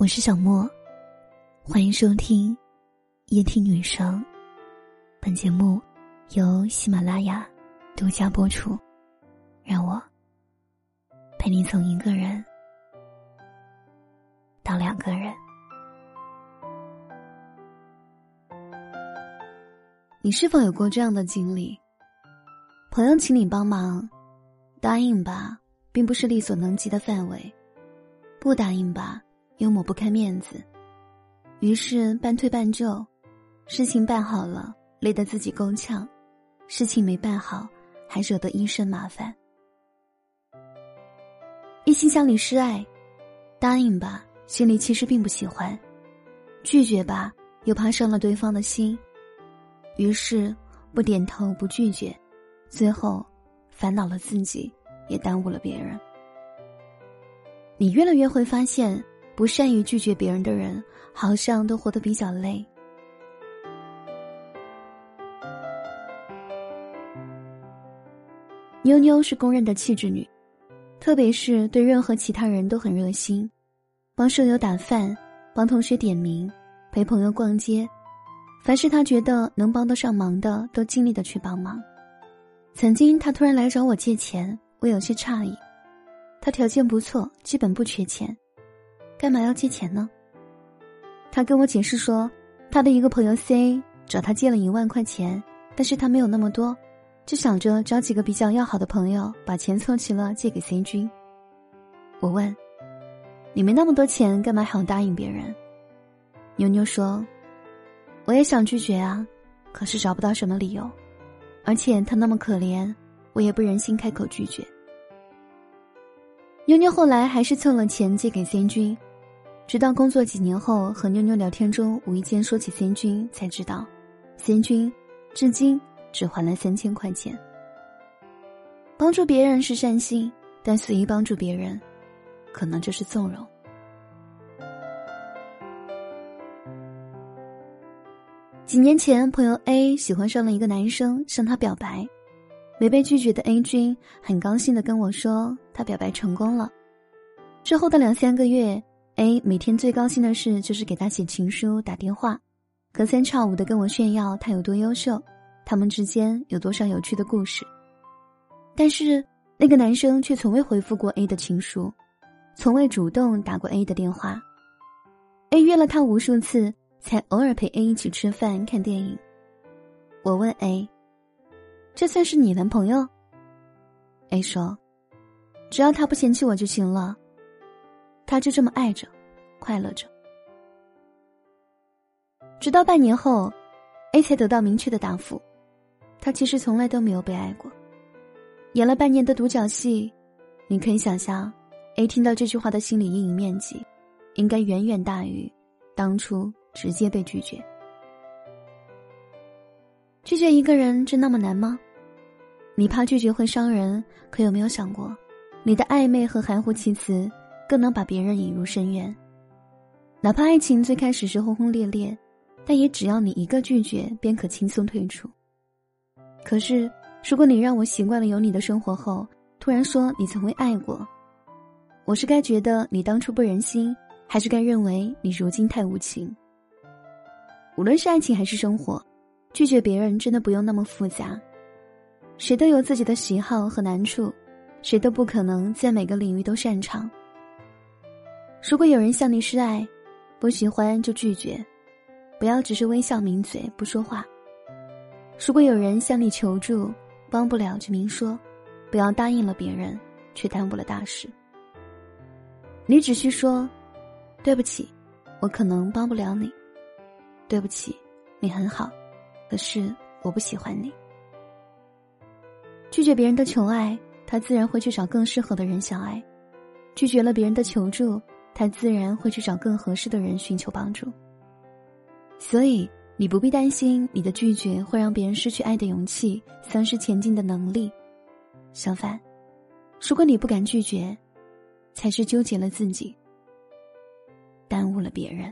我是小莫，欢迎收听夜听女生。本节目由喜马拉雅独家播出，让我陪你从一个人到两个人。你是否有过这样的经历？朋友请你帮忙，答应吧，并不是力所能及的范围；不答应吧，又抹不开面子，于是半推半就，事情办好了，累得自己够呛；事情没办好，还惹得一身麻烦。一心向你示爱，答应吧，心里其实并不喜欢；拒绝吧，又怕伤了对方的心，于是不点头不拒绝，最后烦恼了自己，也耽误了别人。你越来越会发现，不善于拒绝别人的人，好像都活得比较累。妞妞是公认的气质女，特别是对任何其他人都很热心，帮舍友打饭，帮同学点名，陪朋友逛街，凡是她觉得能帮得上忙的，都尽力的去帮忙。曾经她突然来找我借钱，我有些诧异，她条件不错，基本不缺钱，干嘛要借钱呢？他跟我解释说，他的一个朋友 C 找他借了1万块钱，但是他没有那么多，就想着找几个比较要好的朋友，把钱凑齐了借给 C 君。我问，你没那么多钱，干嘛还要答应别人？妞妞说，我也想拒绝啊，可是找不到什么理由，而且他那么可怜，我也不忍心开口拒绝。妞妞后来还是凑了钱借给 C 君，直到工作几年后，和妞妞聊天中无意间说起 C 君，才知道 C 君至今只还了3000块钱。帮助别人是善心，但随意帮助别人可能就是纵容。几年前，朋友 A 喜欢上了一个男生，向他表白，没被拒绝的 A 君很高兴地跟我说，他表白成功了。之后的2-3个月，A 每天最高兴的事就是给他写情书打电话，隔三差五地跟我炫耀他有多优秀，他们之间有多少有趣的故事。但是那个男生却从未回复过 A 的情书，从未主动打过 A 的电话。 A 约了他无数次，才偶尔陪 A 一起吃饭看电影。我问 A， 这算是你男朋友？ A 说，只要他不嫌弃我就行了，他就这么爱着，快乐着。直到半年后 A 才得到明确的答复，他其实从来都没有被爱过。演了半年的独角戏，你可以想象 A 听到这句话的心理阴影面积应该远远大于当初直接被拒绝。拒绝一个人真那么难吗？你怕拒绝会伤人，可有没有想过，你的暧昧和含糊其辞更能把别人引入深渊。哪怕爱情最开始是轰轰烈烈，但也只要你一个拒绝便可轻松退出。可是如果你让我习惯了有你的生活后，突然说你从未爱过，我是该觉得你当初不忍心，还是该认为你如今太无情？无论是爱情还是生活，拒绝别人真的不用那么复杂。谁都有自己的喜好和难处，谁都不可能在每个领域都擅长。如果有人向你示爱，不喜欢就拒绝，不要只是微笑抿嘴不说话。如果有人向你求助，帮不了就明说，不要答应了别人，却耽误了大事。你只需说，对不起，我可能帮不了你，对不起，你很好，可是我不喜欢你。拒绝别人的求爱，他自然会去找更适合的人相爱；拒绝了别人的求助，他自然会去找更合适的人寻求帮助。所以你不必担心你的拒绝会让别人失去爱的勇气，丧失前进的能力。相反，如果你不敢拒绝，才是纠结了自己，耽误了别人。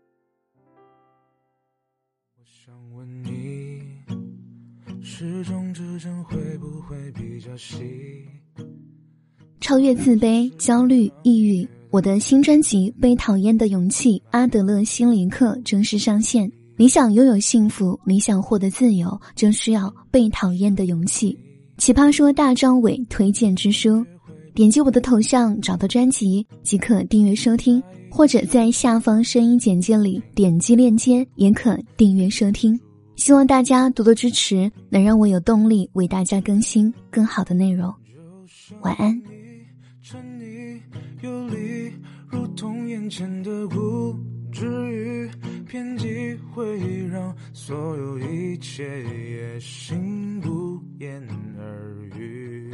我想问你，始终之争会不会比较细？ 超越自卑、焦虑、抑郁， 我的新专辑《被讨厌的勇气》阿德勒心理课正式上线。你想拥有幸福，你想获得自由，就需要被讨厌的勇气。奇葩说大张伟推荐之书，点击我的头像找到专辑即可订阅收听，或者在下方声音简介里点击链接也可订阅收听。希望大家多多支持，能让我有动力为大家更新更好的内容。晚安。 沉溺游离，如同眼前的物质与偏激，会让所有一切也心不言而喻。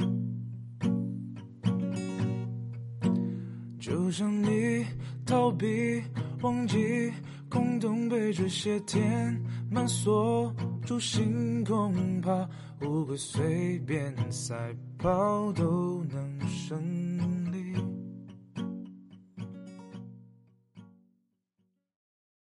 就像你逃避忘记，空洞被这些填满，锁住心，恐怕5个随便塞爆都能生